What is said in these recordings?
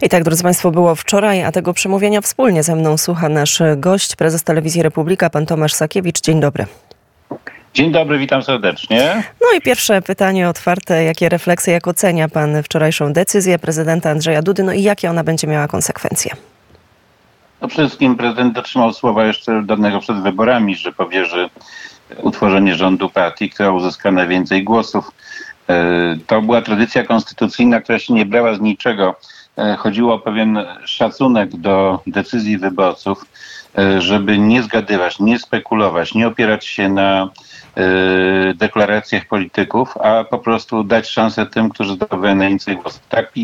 I tak, drodzy Państwo, było wczoraj, a tego przemówienia wspólnie ze mną słucha nasz gość, prezes Telewizji Republika, pan Tomasz Sakiewicz. Dzień dobry. Dzień dobry, witam serdecznie. No i pierwsze pytanie otwarte. Jakie refleksje, jak ocenia pan wczorajszą decyzję prezydenta Andrzeja Dudy, no i jakie ona będzie miała konsekwencje? No przede wszystkim prezydent dotrzymał słowa jeszcze danego przed wyborami, że powierzy utworzenie rządu partii, która uzyska najwięcej głosów. To była tradycja konstytucyjna, która się nie brała z niczego. Chodziło o pewien szacunek do decyzji wyborców, żeby nie zgadywać, nie spekulować, nie opierać się na deklaracjach polityków, a po prostu dać szansę tym, którzy zdobywają najwięcej głosów.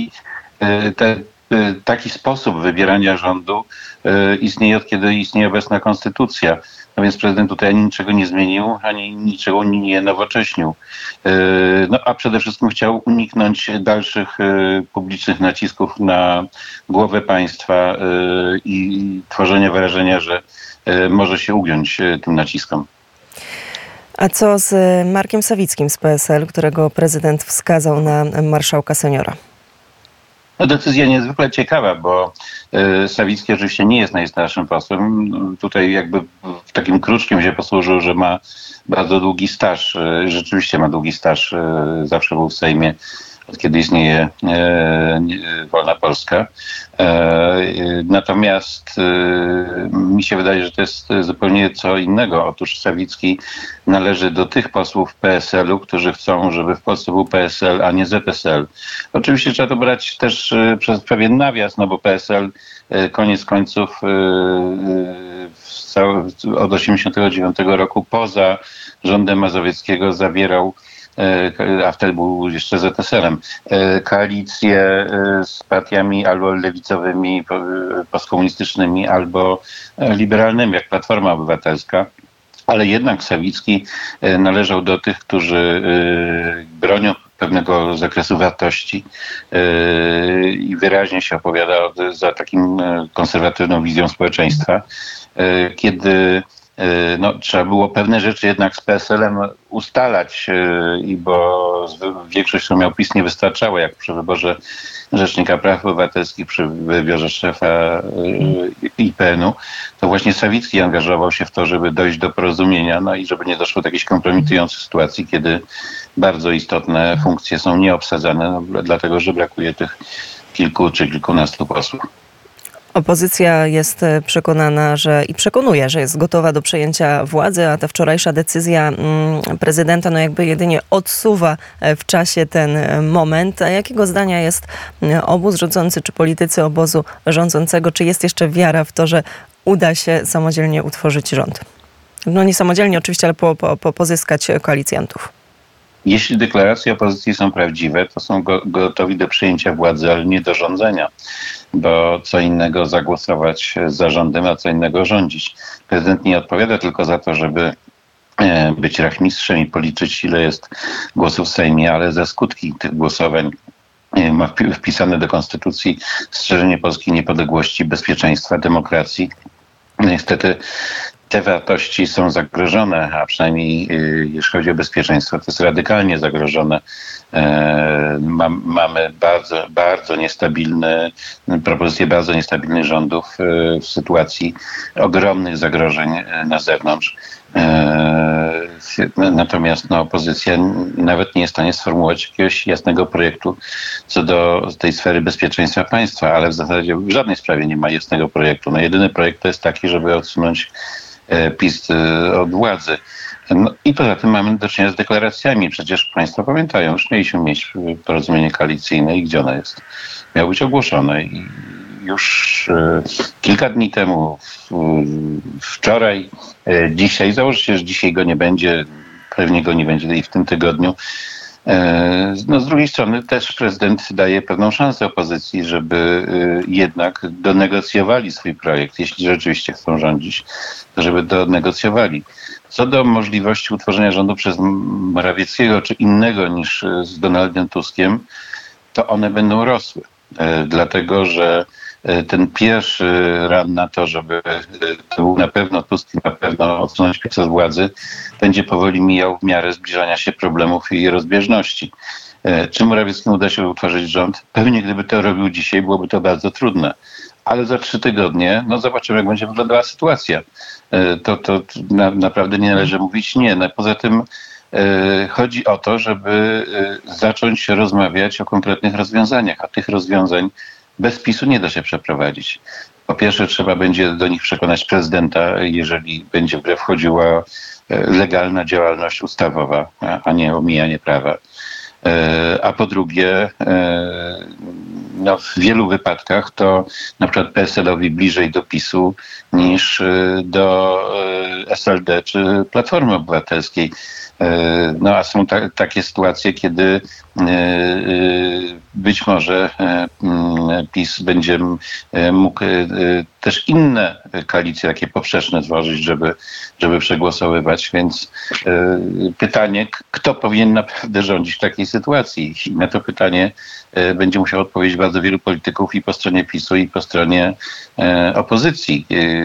Taki sposób wybierania rządu istnieje od kiedy istnieje obecna konstytucja. No więc prezydent tutaj ani niczego nie zmienił, ani niczego nie nowocześnił. No a przede wszystkim chciał uniknąć dalszych publicznych nacisków na głowę państwa i tworzenia wrażenia, że może się ugiąć tym naciskom. A co z Markiem Sawickim z PSL, którego prezydent wskazał na marszałka seniora? No, decyzja niezwykle ciekawa, bo Sawicki oczywiście nie jest najstarszym posłem. Tutaj jakby w takim kruczkiem się posłużył, że ma bardzo długi staż. Rzeczywiście ma długi staż. Zawsze był w Sejmie, od kiedy istnieje Wolna Polska. Natomiast mi się wydaje, że to jest zupełnie co innego. Otóż Sawicki należy do tych posłów PSL-u, którzy chcą, żeby w Polsce był PSL, a nie ZPSL. Oczywiście trzeba to brać też przez pewien nawias, no bo PSL koniec końców od 1989 roku poza rządem Mazowieckiego zawierał, a wtedy był jeszcze ZSL-em, koalicję z partiami albo lewicowymi, postkomunistycznymi, albo liberalnymi, jak Platforma Obywatelska. Ale jednak Sawicki należał do tych, którzy bronią pewnego zakresu wartości i wyraźnie się opowiada za takim konserwatywną wizją społeczeństwa, kiedy trzeba było pewne rzeczy jednak z PSL-em ustalać, bo większość, którą miał PiS, nie wystarczało, jak przy wyborze Rzecznika Praw Obywatelskich, przy wyborze szefa IPN-u, to właśnie Sawicki angażował się w to, żeby dojść do porozumienia, no i żeby nie doszło do jakiejś kompromitującej sytuacji, kiedy bardzo istotne funkcje są nieobsadzane, dlatego że brakuje tych kilku czy kilkunastu posłów. Opozycja jest przekonana, i przekonuje, że jest gotowa do przejęcia władzy, a ta wczorajsza decyzja prezydenta jakby jedynie odsuwa w czasie ten moment. A jakiego zdania jest obóz rządzący czy politycy obozu rządzącego? Czy jest jeszcze wiara w to, że uda się samodzielnie utworzyć rząd? No nie samodzielnie oczywiście, ale pozyskać koalicjantów. Jeśli deklaracje opozycji są prawdziwe, to są gotowi do przejęcia władzy, ale nie do rządzenia. Bo co innego zagłosować za rządem, a co innego rządzić. Prezydent nie odpowiada tylko za to, żeby być rachmistrzem i policzyć, ile jest głosów w Sejmie, ale za skutki tych głosowań ma wpisane do konstytucji strzeżenie polskiej niepodległości, bezpieczeństwa, demokracji. Niestety te wartości są zagrożone, a przynajmniej jeśli chodzi o bezpieczeństwo, to jest radykalnie zagrożone. Mamy bardzo niestabilne propozycje bardzo niestabilnych rządów w sytuacji ogromnych zagrożeń na zewnątrz. Natomiast opozycja nawet nie jest w stanie sformułować jakiegoś jasnego projektu co do tej sfery bezpieczeństwa państwa, ale w zasadzie w żadnej sprawie nie ma jasnego projektu. Jedyny projekt to jest taki, żeby odsunąć PiS od władzy. I poza tym mamy do czynienia z deklaracjami. Przecież państwo pamiętają, już mieliśmy mieć porozumienie koalicyjne i gdzie ono jest? Miało być ogłoszone i już kilka dni temu, wczoraj, dzisiaj, założę się, że dzisiaj go nie będzie, pewnie go nie będzie i w tym tygodniu. Z drugiej strony też prezydent daje pewną szansę opozycji, żeby jednak donegocjowali swój projekt. Jeśli rzeczywiście chcą rządzić, to żeby donegocjowali. Co do możliwości utworzenia rządu przez Morawieckiego czy innego niż z Donaldem Tuskiem, to one będą rosły. Dlatego, że ten pierwszy run na to, żeby to był na pewno Tusk i na pewno odsunąć PiS od władzy, będzie powoli mijał w miarę zbliżania się problemów i rozbieżności. Czy Morawieckiemu uda się utworzyć rząd? Pewnie gdyby to robił dzisiaj, byłoby to bardzo trudne. Ale za 3 tygodnie, zobaczymy, jak będzie wyglądała sytuacja. To naprawdę nie należy mówić nie. No, poza tym chodzi o to, żeby zacząć rozmawiać o konkretnych rozwiązaniach, a tych rozwiązań bez PiS-u nie da się przeprowadzić. Po pierwsze, trzeba będzie do nich przekonać prezydenta, jeżeli będzie w grę wchodziła legalna działalność ustawowa, a nie omijanie prawa. A po drugie, w wielu wypadkach to na przykład PSL-owi bliżej do PiS-u niż do SLD czy Platformy Obywatelskiej. A są takie sytuacje, kiedy być może PiS będzie mógł też inne koalicje takie poprzeczne tworzyć, żeby przegłosowywać. Więc pytanie, kto powinien naprawdę rządzić w takiej sytuacji? I na to pytanie będzie musiał odpowiedzieć bardzo wielu polityków i po stronie PiS-u, i po stronie opozycji.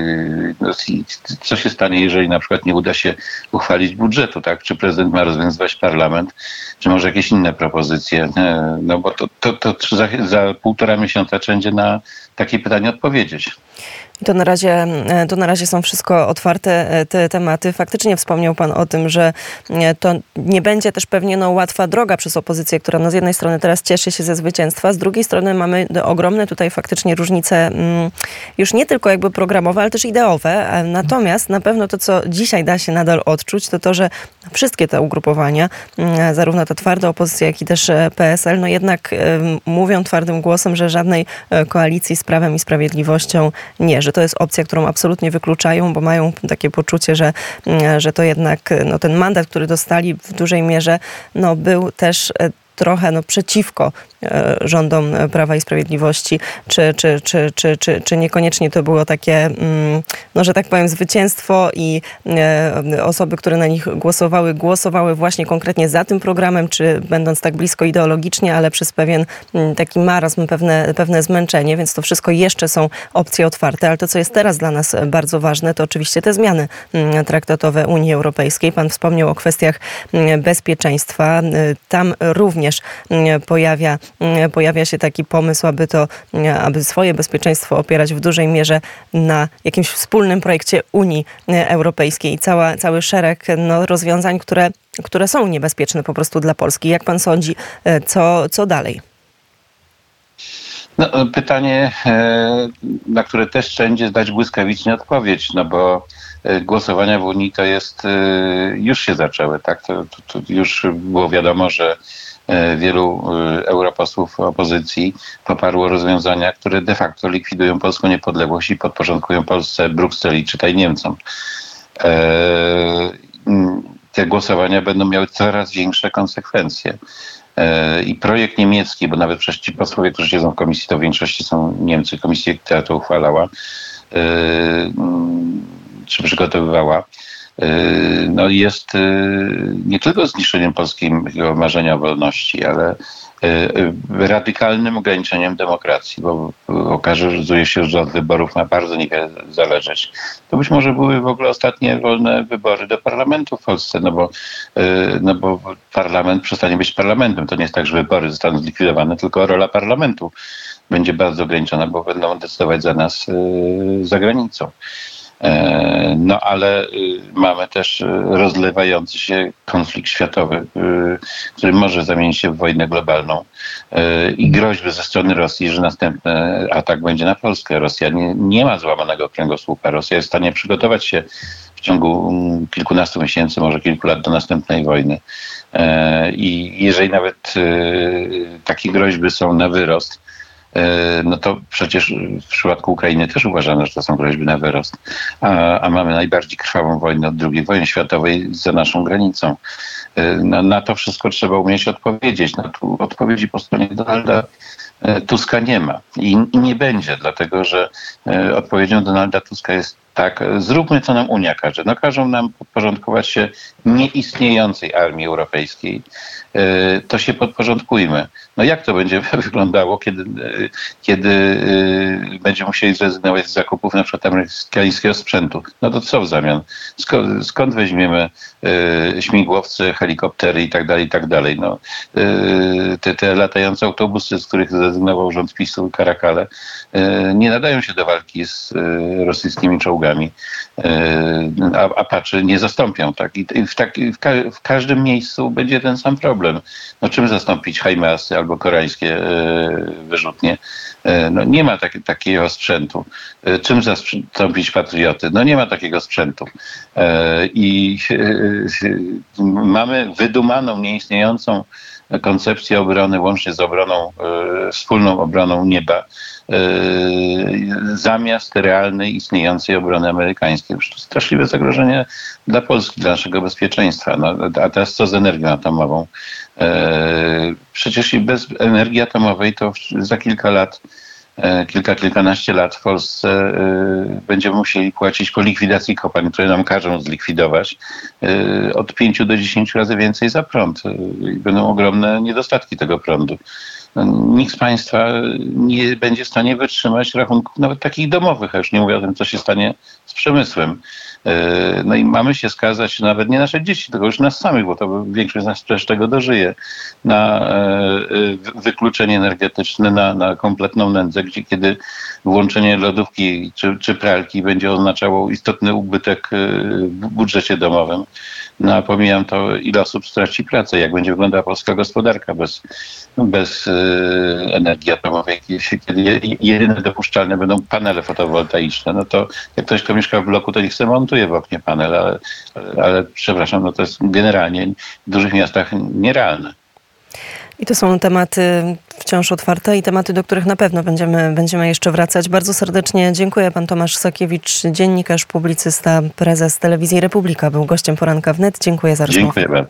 Co się stanie, jeżeli na przykład nie uda się uchwalić budżetu, tak? Czy prezydent ma rozwiązywać parlament, czy może jakieś inne propozycje? No bo to za 1,5 miesiąca trzeba będzie na takie pytanie odpowiedzieć. To na razie są wszystko otwarte te tematy. Faktycznie wspomniał pan o tym, że to nie będzie też pewnie łatwa droga przez opozycję, która z jednej strony teraz cieszy się ze zwycięstwa, z drugiej strony mamy ogromne tutaj faktycznie różnice już nie tylko jakby programowe, ale też ideowe. Natomiast na pewno to, co dzisiaj da się nadal odczuć, to że wszystkie te ugrupowania, zarówno ta twarda opozycja, jak i też PSL, jednak mówią twardym głosem, że żadnej koalicji z Prawem i Sprawiedliwością nie, że to jest opcja, którą absolutnie wykluczają, bo mają takie poczucie, że to jednak ten mandat, który dostali w dużej mierze, był też trochę przeciwko rządom Prawa i Sprawiedliwości, czy niekoniecznie to było takie, że tak powiem, zwycięstwo i osoby, które na nich głosowały właśnie konkretnie za tym programem, czy będąc tak blisko ideologicznie, ale przez pewien taki marazm, pewne zmęczenie, więc to wszystko jeszcze są opcje otwarte, ale to, co jest teraz dla nas bardzo ważne, to oczywiście te zmiany traktatowe Unii Europejskiej. Pan wspomniał o kwestiach bezpieczeństwa. Tam również pojawia się taki pomysł, aby swoje bezpieczeństwo opierać w dużej mierze na jakimś wspólnym projekcie Unii Europejskiej i cały szereg rozwiązań, które są niebezpieczne po prostu dla Polski. Jak pan sądzi, co dalej? Pytanie, na które też trzeba będzie dać błyskawicznie odpowiedź, bo głosowania w Unii już się zaczęły, tak? To już było wiadomo, że wielu europosłów opozycji poparło rozwiązania, które de facto likwidują polską niepodległość i podporządkują Polsce Brukseli, czytaj Niemcom. Te głosowania będą miały coraz większe konsekwencje. I projekt niemiecki, bo nawet przecież ci posłowie, którzy siedzą w komisji, to w większości są Niemcy, komisja, która to uchwalała, czy przygotowywała, jest nie tylko zniszczeniem polskiego marzenia o wolności, ale radykalnym ograniczeniem demokracji, bo okazuje się, że od wyborów ma bardzo niewiele zależeć. To być może były w ogóle ostatnie wolne wybory do parlamentu w Polsce, bo parlament przestanie być parlamentem. To nie jest tak, że wybory zostaną zlikwidowane, tylko rola parlamentu będzie bardzo ograniczona, bo będą decydować za nas za granicą. Ale mamy też rozlewający się konflikt światowy, który może zamienić się w wojnę globalną i groźby ze strony Rosji, że następny atak będzie na Polskę. Rosja nie ma złamanego kręgosłupa. Rosja jest w stanie przygotować się w ciągu kilkunastu miesięcy, może kilku lat do następnej wojny. I jeżeli nawet takie groźby są na wyrost, to przecież w przypadku Ukrainy też uważano, że to są groźby na wyrost. A mamy najbardziej krwawą wojnę od II wojny światowej za naszą granicą. Na to wszystko trzeba umieć odpowiedzieć. Tu odpowiedzi po stronie Donalda Tuska nie ma i nie będzie, dlatego że odpowiedzią Donalda Tuska jest Tak, zróbmy, co nam Unia każe. No każą nam podporządkować się nieistniejącej armii europejskiej. To się podporządkujmy. No jak to będzie wyglądało, kiedy będziemy musieli zrezygnować z zakupów na przykład amerykańskiego sprzętu? No to co w zamian? Skąd weźmiemy śmigłowce, helikoptery i tak dalej? No, te latające autobusy, z których zrezygnował rząd PiS-u, Karakale, nie nadają się do walki z rosyjskimi czołgami. Apaczy nie zastąpią. Tak? I w każdym miejscu będzie ten sam problem. No czym zastąpić HIMARSy albo koreańskie wyrzutnie? No nie ma takiego sprzętu. Czym zastąpić patrioty? No nie ma takiego sprzętu. I mamy wydumaną, nieistniejącą koncepcję obrony, łącznie z obroną, wspólną obroną nieba, zamiast realnej, istniejącej obrony amerykańskiej. To straszliwe zagrożenie dla Polski, dla naszego bezpieczeństwa. No, a teraz co z energią atomową? Przecież i bez energii atomowej to za kilka lat, kilkanaście lat w Polsce będziemy musieli płacić po likwidacji kopalń, które nam każą zlikwidować, od 5 do 10 razy więcej za prąd. I będą ogromne niedostatki tego prądu. Nikt z Państwa nie będzie w stanie wytrzymać rachunków nawet takich domowych, a już nie mówię o tym, co się stanie z przemysłem. No i mamy się skazać, nawet nie nasze dzieci, tylko już nas samych, bo to większość z nas też tego dożyje, na wykluczenie energetyczne, na kompletną nędzę, kiedy włączenie lodówki czy pralki będzie oznaczało istotny ubytek w budżecie domowym. No a pomijam to, ile osób straci pracę, jak będzie wyglądała polska gospodarka bez energii atomowej, kiedy jedyne dopuszczalne będą panele fotowoltaiczne. No to jak ktoś, kto mieszka w bloku, to niech sobie montuje w oknie panel, ale przepraszam, no to jest generalnie w dużych miastach nierealne. I to są tematy wciąż otwarte i tematy, do których na pewno będziemy jeszcze wracać. Bardzo serdecznie dziękuję. Pan Tomasz Sakiewicz, dziennikarz, publicysta, prezes Telewizji Republika, był gościem Poranka Wnet. Dziękuję za rozmowę. Dziękuję bardzo.